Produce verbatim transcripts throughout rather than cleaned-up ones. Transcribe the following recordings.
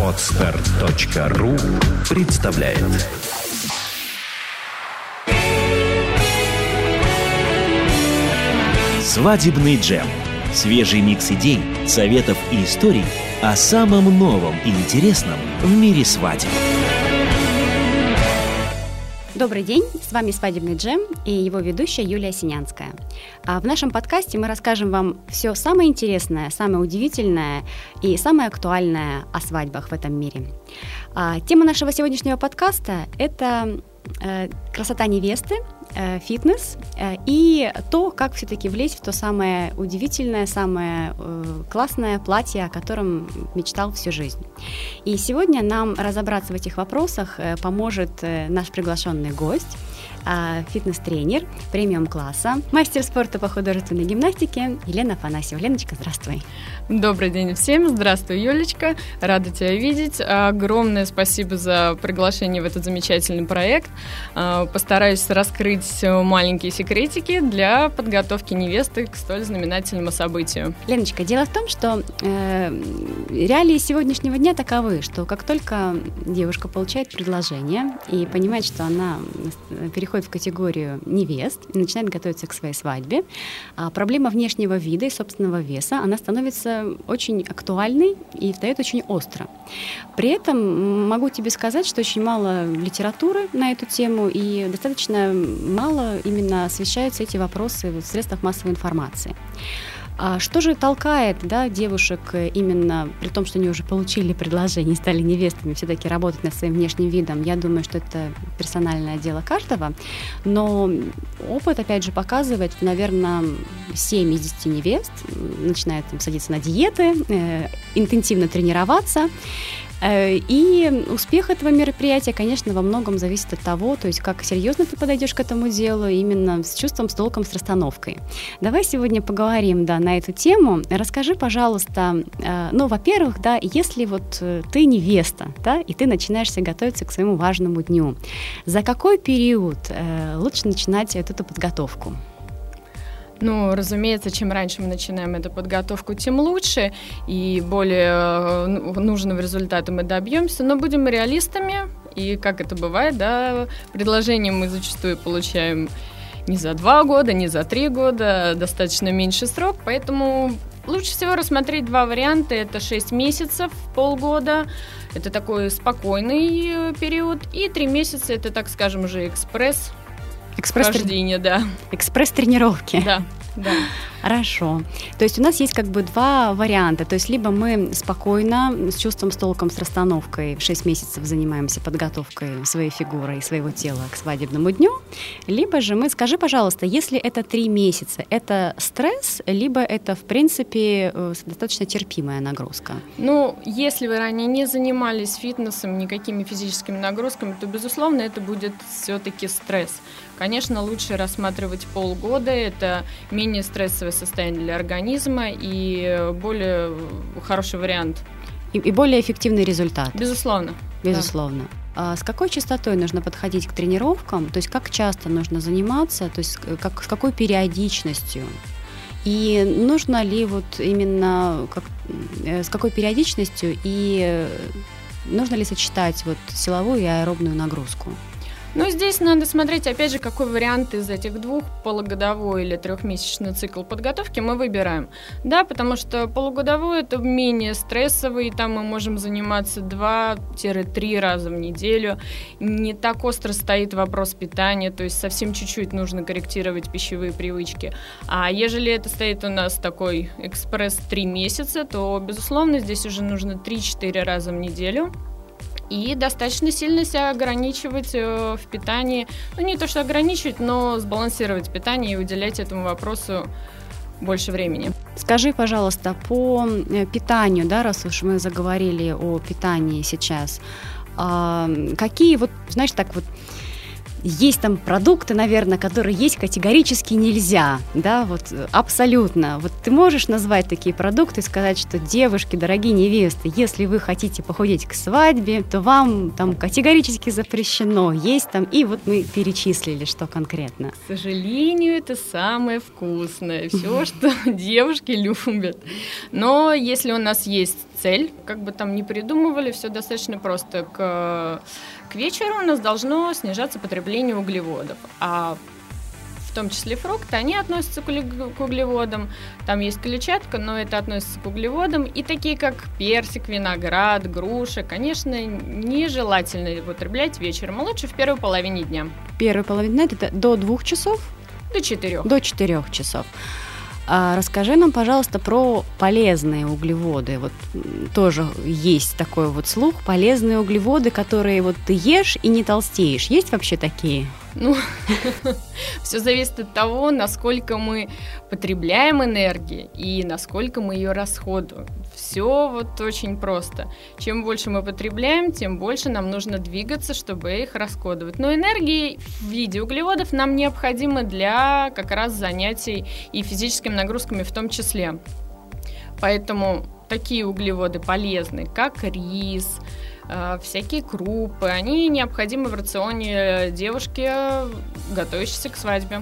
Отстар точка ру представляет. Свадебный джем. Свежий микс идей, советов и историй о самом новом и интересном в мире свадеб. Добрый день, с вами «Свадебный джем» и его ведущая Юлия Синянская. А в нашем подкасте мы расскажем вам все самое интересное, самое удивительное и самое актуальное о свадьбах в этом мире. А тема нашего сегодняшнего подкаста – это э, красота невесты, э, фитнес э, и то, как все-таки влезть в то самое удивительное, самое э, классное платье, о котором мечтал всю жизнь. И сегодня нам разобраться в этих вопросах э, поможет э, наш приглашенный гость, э, фитнес-тренер премиум-класса, мастер спорта по художественной гимнастике Елена Афанасьева. Леночка, здравствуй. Добрый день всем. Здравствуй, Юлечка. Рада тебя видеть. Огромное спасибо за приглашение в этот замечательный проект. Постараюсь раскрыть маленькие секретики для подготовки невесты к столь знаменательному событию. Леночка, дело в том, что э, реалии сегодняшнего дня таковы, что как только девушка получает предложение и понимает, что она переходит в категорию невест и начинает готовиться к своей свадьбе, проблема внешнего вида и собственного веса, она становится очень актуальной и встает очень остро. При этом могу тебе сказать, что очень мало литературы на эту тему и достаточно мало именно освещаются эти вопросы в средствах массовой информации. А что же толкает, да, девушек именно, при том, что они уже получили предложение, стали невестами, все-таки работать над своим внешним видом? Я думаю, что это персональное дело каждого, но опыт, опять же, показывает, что, наверное, семь из десяти невест начинают там, садиться на диеты, э, интенсивно тренироваться. И успех этого мероприятия, конечно, во многом зависит от того, то есть как серьезно ты подойдешь к этому делу, именно с чувством, с толком, с расстановкой. Давай сегодня поговорим, да, на эту тему. Расскажи, пожалуйста, ну, во-первых, да, если вот ты невеста, да, и ты начинаешься готовиться к своему важному дню, за какой период лучше начинать эту подготовку? Ну, разумеется, чем раньше мы начинаем эту подготовку, тем лучше, и более нужного результата мы добьемся, но будем реалистами, и как это бывает, да, предложение мы зачастую получаем не за два года, не за три года, достаточно меньший срок, поэтому лучше всего рассмотреть два варианта, это шесть месяцев, полгода, это такой спокойный период, и три месяца, это, так скажем, уже экспресс, Экспресс-тренировки, да. Экспресс-тренировки. Да, да. Хорошо. То есть у нас есть как бы два варианта. То есть либо мы спокойно, с чувством, с толком, с расстановкой шесть месяцев занимаемся подготовкой своей фигуры и своего тела к свадебному дню, либо же мы, скажи, пожалуйста, если это три месяца, это стресс, либо это, в принципе, достаточно терпимая нагрузка? Ну, если вы ранее не занимались фитнесом, никакими физическими нагрузками, то, безусловно, это будет все-таки стресс. Конечно, лучше рассматривать полгода, это менее стрессовое состояние для организма и более хороший вариант. И, и более эффективный результат. Безусловно. Безусловно. Да. А с какой частотой нужно подходить к тренировкам? То есть как часто нужно заниматься? То есть как, с какой периодичностью? И нужно ли вот именно как, с какой периодичностью и нужно ли сочетать вот силовую и аэробную нагрузку? Ну, здесь надо смотреть, опять же, какой вариант из этих двух, полугодовой или трехмесячный цикл подготовки мы выбираем. Да, потому что полугодовой – это менее стрессовый, там мы можем заниматься два-три раза в неделю. Не так остро стоит вопрос питания, то есть совсем чуть-чуть нужно корректировать пищевые привычки. А ежели это стоит у нас такой экспресс три месяца, то, безусловно, здесь уже нужно три-четыре раза в неделю. И достаточно сильно себя ограничивать э, в питании. Ну, не то, что ограничивать, но сбалансировать питание и уделять этому вопросу больше времени. Скажи, пожалуйста, по питанию, да, раз уж мы заговорили о питании сейчас, э, какие вот, знаешь, так вот, есть там продукты, наверное, которые есть категорически нельзя, да, вот абсолютно. Вот ты можешь назвать такие продукты и сказать, что, девушки, дорогие невесты, если вы хотите похудеть к свадьбе, то вам там категорически запрещено есть там, и вот мы перечислили, что конкретно. К сожалению, это самое вкусное, все, что девушки любят. Но если у нас есть цель, как бы там ни придумывали, все достаточно просто. К, к вечеру у нас должно снижаться потребление углеводов, а в том числе фрукты, они относятся к углеводам. Там есть клетчатка, но это относится к углеводам. И такие, как персик, виноград, груша, конечно, нежелательно употреблять вечером, а лучше в первой половине дня. Первая половина дня – это до двух часов? До четырех. До четырех часов. А расскажи нам, пожалуйста, про полезные углеводы. Вот тоже есть такой вот слух. Полезные углеводы, которые вот ты ешь и не толстеешь. Есть вообще такие? Ну, все зависит от того, насколько мы потребляем энергии и насколько мы ее расходуем. Все вот очень просто. Чем больше мы потребляем, тем больше нам нужно двигаться, чтобы их расходовать. Но энергии в виде углеводов нам необходимы для как раз занятий и физическими нагрузками в том числе. Поэтому такие углеводы полезны, как рис, всякие крупы, они необходимы в рационе девушки, готовящейся к свадьбе.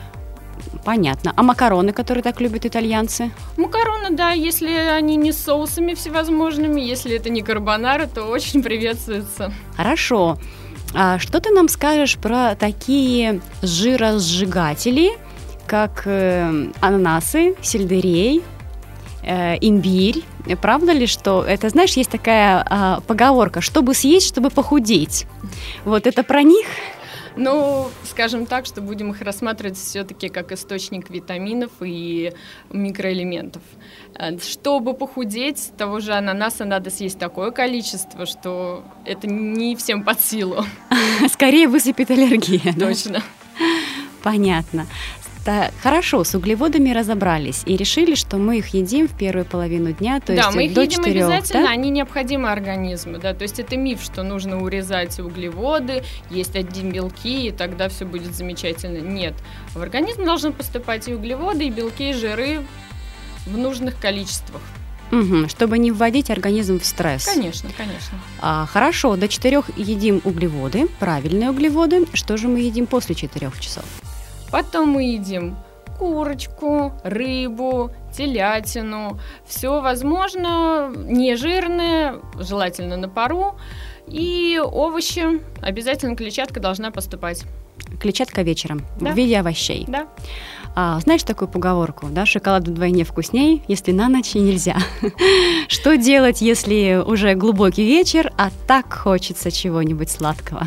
Понятно. А макароны, которые так любят итальянцы? Макароны, да, если они не с соусами всевозможными, если это не карбонара, то очень приветствуется. Хорошо. А что ты нам скажешь про такие жиросжигатели, как э, ананасы, сельдерей, э, имбирь? Правда ли, что это, знаешь, есть такая а, поговорка, чтобы съесть, чтобы похудеть. Вот это про них? Ну, скажем так, что будем их рассматривать все-таки как источник витаминов и микроэлементов. Чтобы похудеть, того же ананаса надо съесть такое количество, что это не всем под силу. Скорее высыпет аллергия. Точно. Понятно. Да, хорошо, с углеводами разобрались и решили, что мы их едим в первую половину дня, то да, есть мы их до едим четырех, обязательно, да? Они необходимы организму, да, то есть это миф, что нужно урезать углеводы, есть одни белки, и тогда все будет замечательно. Нет, в организм должны поступать и углеводы, и белки, и жиры в нужных количествах. Угу, чтобы не вводить организм в стресс. Конечно, конечно. А, хорошо, до четырех едим углеводы, правильные углеводы. Что же мы едим после четырех часов? Потом мы едим курочку, рыбу, телятину, все возможно, нежирное, желательно на пару, и овощи, обязательно клетчатка должна поступать. Клетчатка вечером, да. В виде овощей. Да. А, знаешь такую поговорку, да, шоколад вдвойне вкусней, если на ночь и нельзя. Что делать, если уже глубокий вечер, а так хочется чего-нибудь сладкого?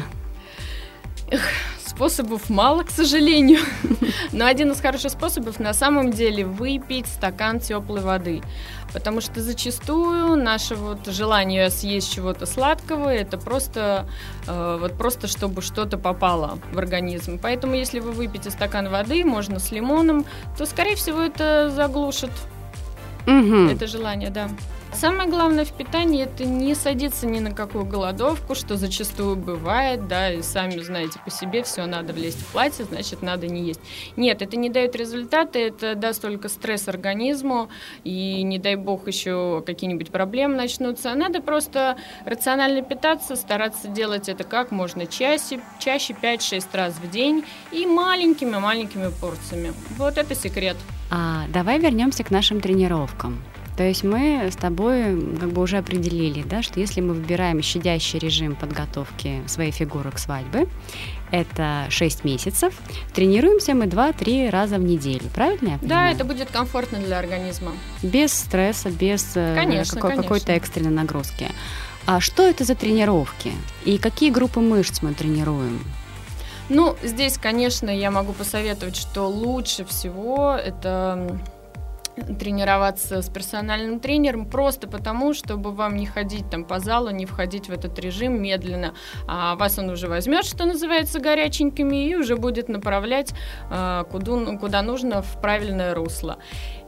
Способов мало, к сожалению. Но один из хороших способов на самом деле выпить стакан теплой воды. Потому что зачастую наше вот желание съесть чего-то сладкого, это просто, э, вот просто чтобы что-то попало в организм. Поэтому если вы выпьете стакан воды, можно с лимоном, то, скорее всего, это заглушит угу. это желание, да. Самое главное в питании – это не садиться ни на какую голодовку, что зачастую бывает, да, и сами знаете по себе, все, надо влезть в платье, значит, надо не есть. Нет, это не дает результаты, это даст только стресс организму, и не дай бог еще какие-нибудь проблемы начнутся. Надо просто рационально питаться, стараться делать это как можно чаще, чаще пять-шесть раз в день и маленькими-маленькими порциями. Вот это секрет. А, давай вернемся к нашим тренировкам. То есть мы с тобой как бы уже определили, да, что если мы выбираем щадящий режим подготовки своей фигуры к свадьбе, это шесть месяцев, тренируемся мы два-три раза в неделю, правильно я понимаю? Да, это будет комфортно для организма. Без стресса, без конечно, какой- конечно. какой-то экстренной нагрузки. А что это за тренировки? И какие группы мышц мы тренируем? Ну, здесь, конечно, я могу посоветовать, что лучше всего это тренироваться с персональным тренером просто потому, чтобы вам не ходить там по залу, не входить в этот режим медленно, а вас он уже возьмет, что называется, горяченькими и уже будет направлять э, куда, куда нужно в правильное русло.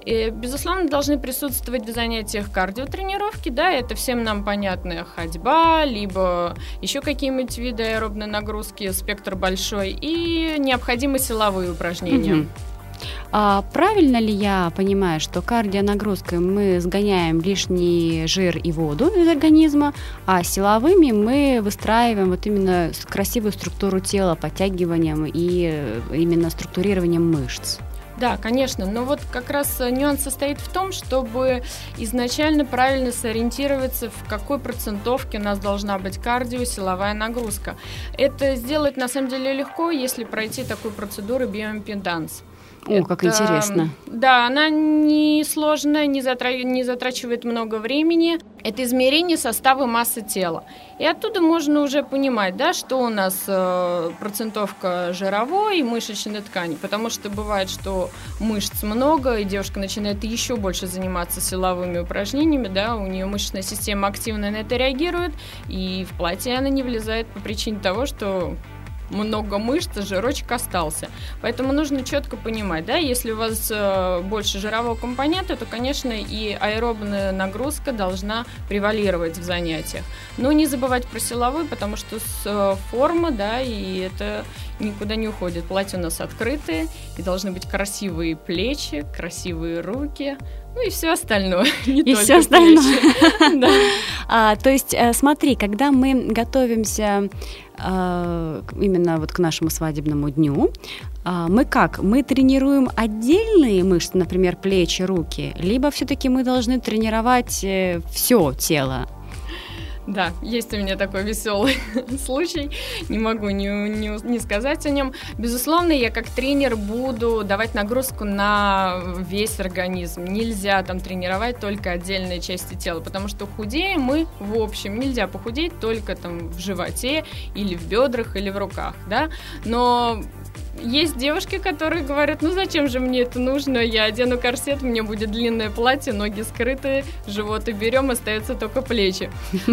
И, безусловно, должны присутствовать в занятиях кардиотренировки, да, это всем нам понятная ходьба, либо еще какие-нибудь виды аэробной нагрузки, спектр большой, и необходимы силовые упражнения. Угу. А правильно ли я понимаю, что кардионагрузкой мы сгоняем лишний жир и воду из организма, а силовыми мы выстраиваем вот именно красивую структуру тела, подтягиванием и именно структурированием мышц? Да, конечно, но вот как раз нюанс состоит в том, чтобы изначально правильно сориентироваться, в какой процентовке у нас должна быть кардио-силовая нагрузка. Это сделать на самом деле легко, если пройти такую процедуру биоимпеданс. О, Это, как интересно. Да, она не сложная, не, затра... не затрачивает много времени. Это измерение состава массы тела. И оттуда можно уже понимать, да, что у нас э, процентовка жировой и мышечной ткани. Потому что бывает, что мышц много, и девушка начинает еще больше заниматься силовыми упражнениями. Да, у нее мышечная система активно на это реагирует, и в платье она не влезает по причине того, что много мышц, жирочек остался. Поэтому нужно четко понимать, да, если у вас э, больше жирового компонента, то, конечно, и аэробная нагрузка должна превалировать в занятиях. Но не забывать про силовую, потому что с э, форма, да, и это никуда не уходит. Платья у нас открытые, и должны быть красивые плечи, красивые руки, ну и все остальное. Не и только все остальное. Да. А, то есть, смотри, когда мы готовимся а, именно вот к нашему свадебному дню, а, мы как? Мы тренируем отдельные мышцы, например, плечи, руки, либо все-таки мы должны тренировать все тело? Да, есть у меня такой веселый случай, не могу не, не, не сказать о нем. Безусловно, я как тренер буду давать нагрузку на весь организм. Нельзя там тренировать только отдельные части тела, потому что худеем мы в общем. Нельзя похудеть только там в животе или в бедрах или в руках, да. Но есть девушки, которые говорят, ну зачем же мне это нужно, я одену корсет, мне будет длинное платье, ноги скрыты, живот уберем, остаются только плечи.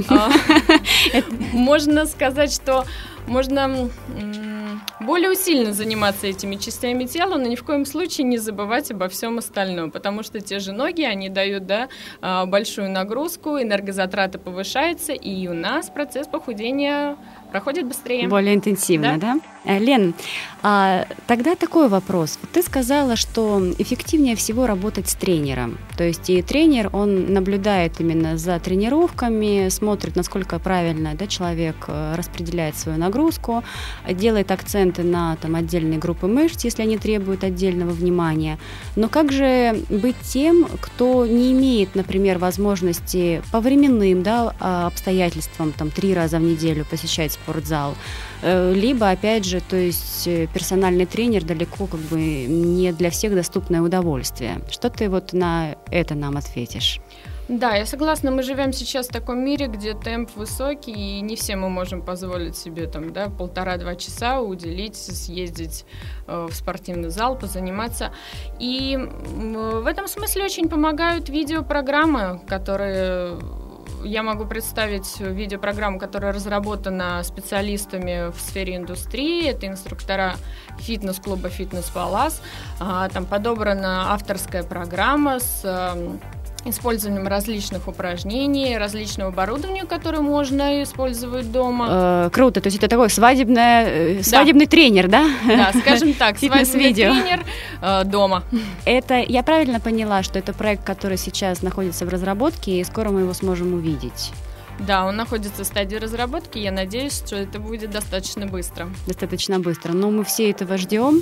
Можно сказать, что можно более усиленно заниматься этими частями тела, но ни в коем случае не забывать обо всем остальном, потому что те же ноги, они дают, да, большую нагрузку, энергозатраты повышаются, и у нас процесс похудения проходит быстрее. Более интенсивно, да? да? Лен, а, тогда такой вопрос. Ты сказала, что эффективнее всего работать с тренером. То есть и тренер, он наблюдает именно за тренировками, смотрит, насколько правильно, да, человек распределяет свою нагрузку, делает акценты на там, отдельные группы мышц, если они требуют отдельного внимания. Но как же быть тем, кто не имеет, например, возможности по временным, да, обстоятельствам там, три раза в неделю посещать спортзал, либо, опять же, то есть персональный тренер далеко как бы не для всех доступное удовольствие. Что ты вот на это нам ответишь? Да, я согласна, мы живем сейчас в таком мире, где темп высокий, и не все мы можем позволить себе там, да, полтора-два часа уделить, съездить э, в спортивный зал, позаниматься. И э, в этом смысле очень помогают видеопрограммы, которые... Я могу представить видеопрограмму, которая разработана специалистами в сфере индустрии. Это инструктора фитнес-клуба «Фитнес Палас». Там подобрана авторская программа с использованием различных упражнений, различного оборудования, которое можно использовать дома. Э, круто, то есть это такой свадебный, свадебный да. тренер, да? Да, скажем так, свадебный тренер э, дома. Это, я правильно поняла, что это проект, который сейчас находится в разработке, и скоро мы его сможем увидеть? Да, он находится в стадии разработки, я надеюсь, что это будет достаточно быстро. Достаточно быстро, но мы все этого ждем,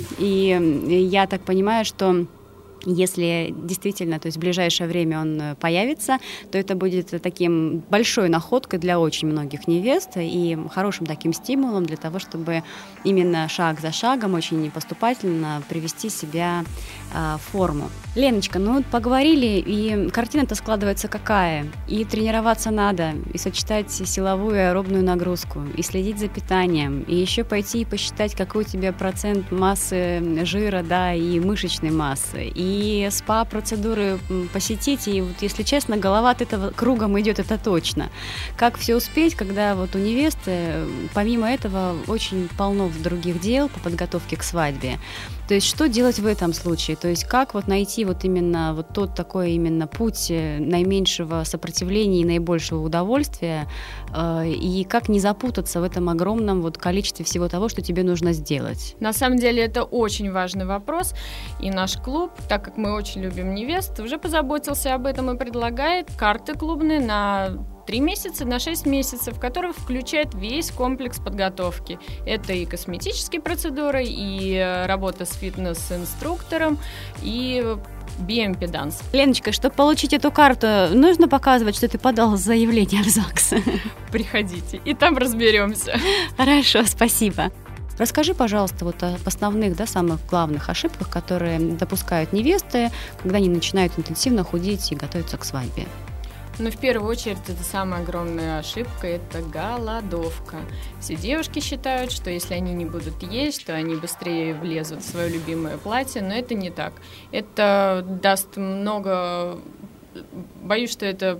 и я так понимаю, что если действительно, то есть в ближайшее время он появится, то это будет таким большой находкой для очень многих невест и хорошим таким стимулом для того, чтобы именно шаг за шагом, очень поступательно привести себя а, в форму. Леночка, ну поговорили, и картина-то складывается какая? И тренироваться надо, и сочетать силовую и аэробную нагрузку, и следить за питанием, и еще пойти и посчитать, какой у тебя процент массы жира, да, и мышечной массы, и и спа-процедуры посетить, и вот, если честно, голова от этого кругом идет, это точно. Как все успеть, когда вот у невесты, помимо этого, очень полно других дел по подготовке к свадьбе. То есть что делать в этом случае? То есть как вот найти вот именно вот тот такой именно путь наименьшего сопротивления и наибольшего удовольствия, э, и как не запутаться в этом огромном вот количестве всего того, что тебе нужно сделать? На самом деле это очень важный вопрос, и наш клуб, так как мы очень любим невест, уже позаботился об этом и предлагает карты клубные на три месяца, на шесть месяцев, который включает весь комплекс подготовки. Это и косметические процедуры, и работа с фитнес-инструктором, и биоимпеданс. Леночка, чтобы получить эту карту, нужно показывать, что ты подал заявление в ЗАГС? Приходите, и там разберемся. Хорошо, спасибо. Расскажи, пожалуйста, вот об основных, да, самых главных ошибках, которые допускают невесты, когда они начинают интенсивно худеть и готовиться к свадьбе. Но в первую очередь это самая огромная ошибка – это голодовка. Все девушки считают, что если они не будут есть, то они быстрее влезут в свое любимое платье, но это не так. Это даст много… Боюсь, что это…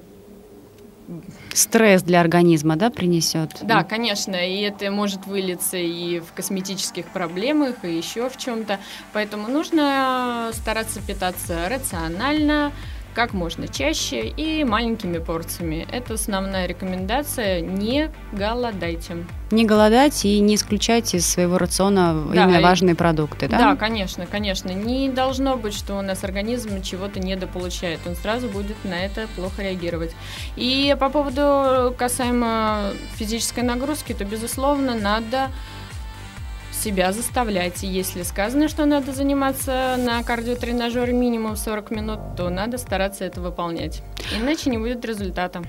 Стресс для организма, да, принесет? Да, конечно, и это может вылиться и в косметических проблемах, и еще в чем-то. Поэтому нужно стараться питаться рационально, как можно чаще и маленькими порциями. Это основная рекомендация. Не голодайте. Не голодать и не исключать из своего рациона, да, именно важные продукты, да? Да, конечно, конечно. Не должно быть, что у нас организм чего-то недополучает. Он сразу будет на это плохо реагировать. И по поводу касаемо физической нагрузки, то, безусловно, надо себя заставлять. И если сказано, что надо заниматься на кардиотренажере минимум сорок минут, то надо стараться это выполнять. Иначе не будет результата.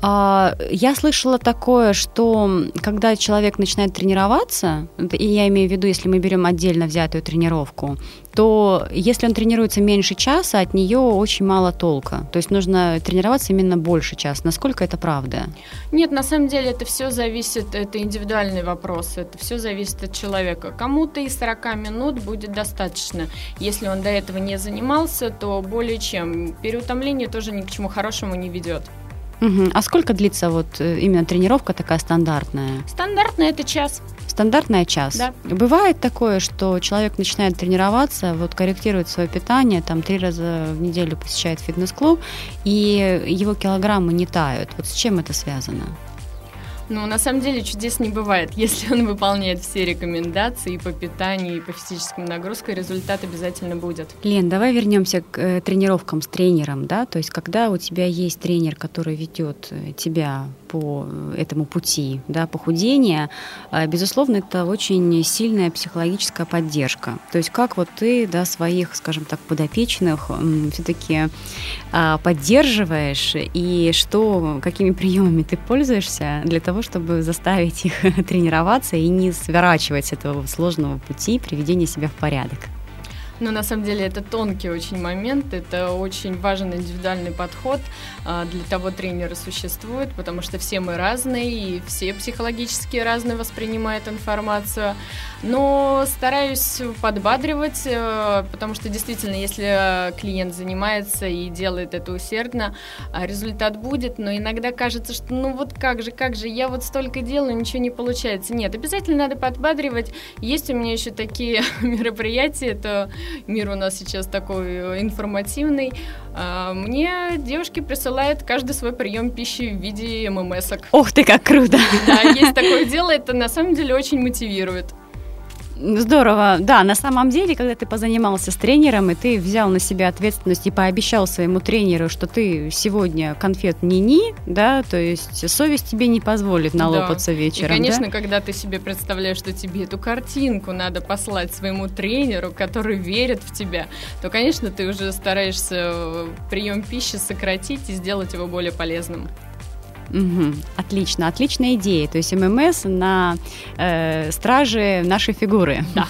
Я слышала такое, что когда человек начинает тренироваться, и я имею в виду, если мы берем отдельно взятую тренировку, то если он тренируется меньше часа, от нее очень мало толка. То есть нужно тренироваться именно больше часа. Насколько это правда? Нет, на самом деле это все зависит, это индивидуальный вопрос, это все зависит от человека. Кому-то и сорок минут будет достаточно. Если он до этого не занимался, то более чем. Переутомление тоже ни к чему хорошему не ведет. Угу. А сколько длится вот именно тренировка такая стандартная? Стандартная – это час. Стандартная час? Да. Бывает такое, что человек начинает тренироваться, вот корректирует свое питание, там три раза в неделю посещает фитнес-клуб, и его килограммы не тают. Вот с чем это связано? Ну, на самом деле чудес не бывает. Если он выполняет все рекомендации и по питанию, и по физическим нагрузкам, результат обязательно будет. Лен, давай вернемся к э, тренировкам с тренером, да, то есть когда у тебя есть тренер, который ведет тебя по этому пути, да, похудения, э, безусловно, это очень сильная психологическая поддержка. То есть как вот ты, да, своих, скажем так, подопечных э, все-таки э, поддерживаешь, и что, какими приемами ты пользуешься для того, чтобы заставить их тренироваться и не сворачивать с этого сложного пути приведения себя в порядок? Но на самом деле это тонкий очень момент, это очень важен индивидуальный подход, для того тренеры существуют, потому что все мы разные, и все психологически разные воспринимают информацию. Но стараюсь подбадривать, потому что действительно, если клиент занимается и делает это усердно, результат будет, но иногда кажется, что ну вот как же, как же, я вот столько делаю, ничего не получается. Нет, обязательно надо подбадривать. Есть у меня еще такие мероприятия, это мир у нас сейчас такой информативный. Мне девушки присылают каждый свой прием пищи в виде эм эм эсок. Ох ты, как круто! Да, есть такое дело, это на самом деле очень мотивирует. Здорово. Да, на самом деле, когда ты позанимался с тренером, и ты взял на себя ответственность и пообещал своему тренеру, что ты сегодня конфет не-ни, да, то есть совесть тебе не позволит налопаться, да, вечером. И, конечно, да? Когда ты себе представляешь, что тебе эту картинку надо послать своему тренеру, который верит в тебя, то, конечно, ты уже стараешься прием пищи сократить и сделать его более полезным. Угу. Отлично, отличная идея. То есть эм эм эс на э, страже нашей фигуры. Да.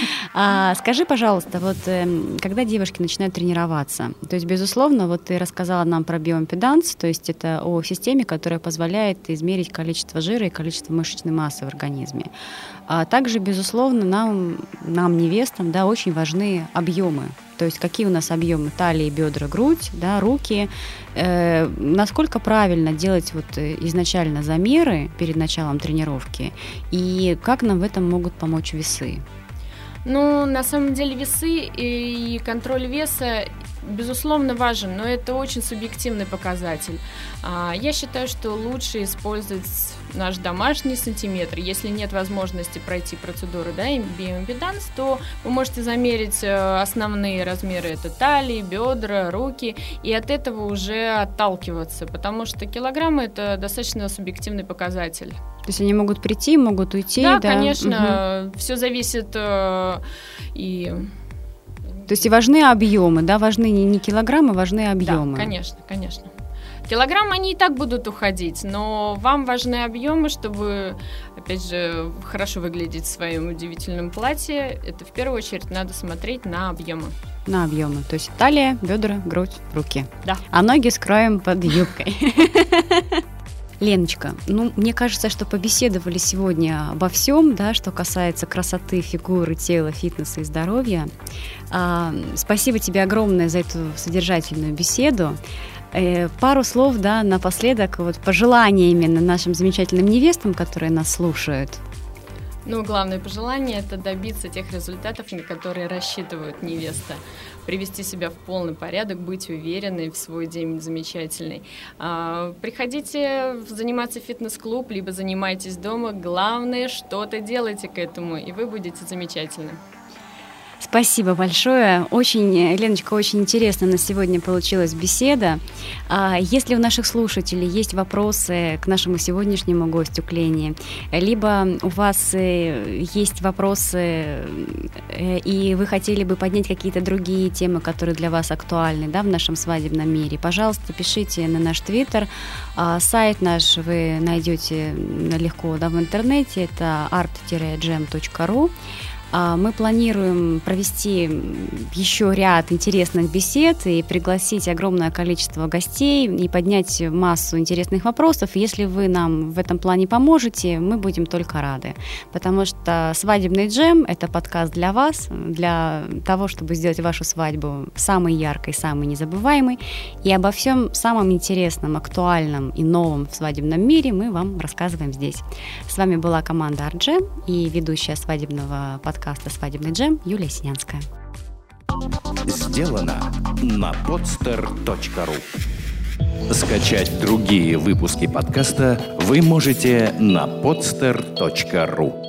А, скажи, пожалуйста, вот э, когда девушки начинают тренироваться, то есть, безусловно, вот ты рассказала нам про биоимпеданс, то есть это о системе, которая позволяет измерить количество жира и количество мышечной массы в организме. А также, безусловно, нам, нам невестам, да, очень важны объемы То есть какие у нас объемы талии, бедра, грудь, да, руки. Э, насколько правильно делать вот изначально замеры перед началом тренировки и как нам в этом могут помочь весы? Ну, на самом деле весы и контроль веса безусловно важен, но это очень субъективный показатель. Я считаю, что лучше использовать наш домашний сантиметр. Если нет возможности пройти процедуру, да, биоимпеданс, то вы можете замерить основные размеры, это талии, бедра, руки, и от этого уже отталкиваться, потому что килограммы – это достаточно субъективный показатель. То есть они могут прийти, могут уйти? Да, да? конечно, угу. Все зависит э, и... То есть и важны объемы, да, важны не килограммы, важны объемы. Да, конечно, конечно. Килограммы, они и так будут уходить, но вам важны объемы, чтобы, опять же, хорошо выглядеть в своем удивительном платье. Это в первую очередь надо смотреть на объемы. На объемы, то есть талия, бедра, грудь, руки. Да. А ноги скроем под юбкой. Леночка, ну, мне кажется, что побеседовали сегодня обо всем, да, что касается красоты, фигуры, тела, фитнеса и здоровья. А, спасибо тебе огромное за эту содержательную беседу. Э, пару слов, да, напоследок, вот пожелания именно нашим замечательным невестам, которые нас слушают. Ну, главное пожелание – это добиться тех результатов, на которые рассчитывают невеста. Привести себя в полный порядок, быть уверенной в свой день замечательный. А, приходите заниматься в фитнес-клуб, либо занимайтесь дома. Главное, что-то делайте к этому, и вы будете замечательны. Спасибо большое. Очень, Леночка, очень интересно на сегодня получилась беседа. Если у наших слушателей есть вопросы к нашему сегодняшнему гостю, к Лене, либо у вас есть вопросы, и вы хотели бы поднять какие-то другие темы, которые для вас актуальны, да, в нашем свадебном мире, пожалуйста, пишите на наш твиттер. Сайт наш вы найдете легко, да, в интернете. Это арт джем точка ру. Мы планируем провести еще ряд интересных бесед и пригласить огромное количество гостей и поднять массу интересных вопросов. Если вы нам в этом плане поможете, мы будем только рады. Потому что «Свадебный джем» — это подкаст для вас, для того, чтобы сделать вашу свадьбу самой яркой, самой незабываемой. И обо всем самом интересном, актуальном и новом в свадебном мире мы вам рассказываем здесь. С вами была команда «Арт-джем» и ведущая свадебного подкаста подкаста «Свадебный джем» Юлия Синянская. Сделано на подстер точка ру. Скачать другие выпуски подкаста вы можете на подстер точка ру.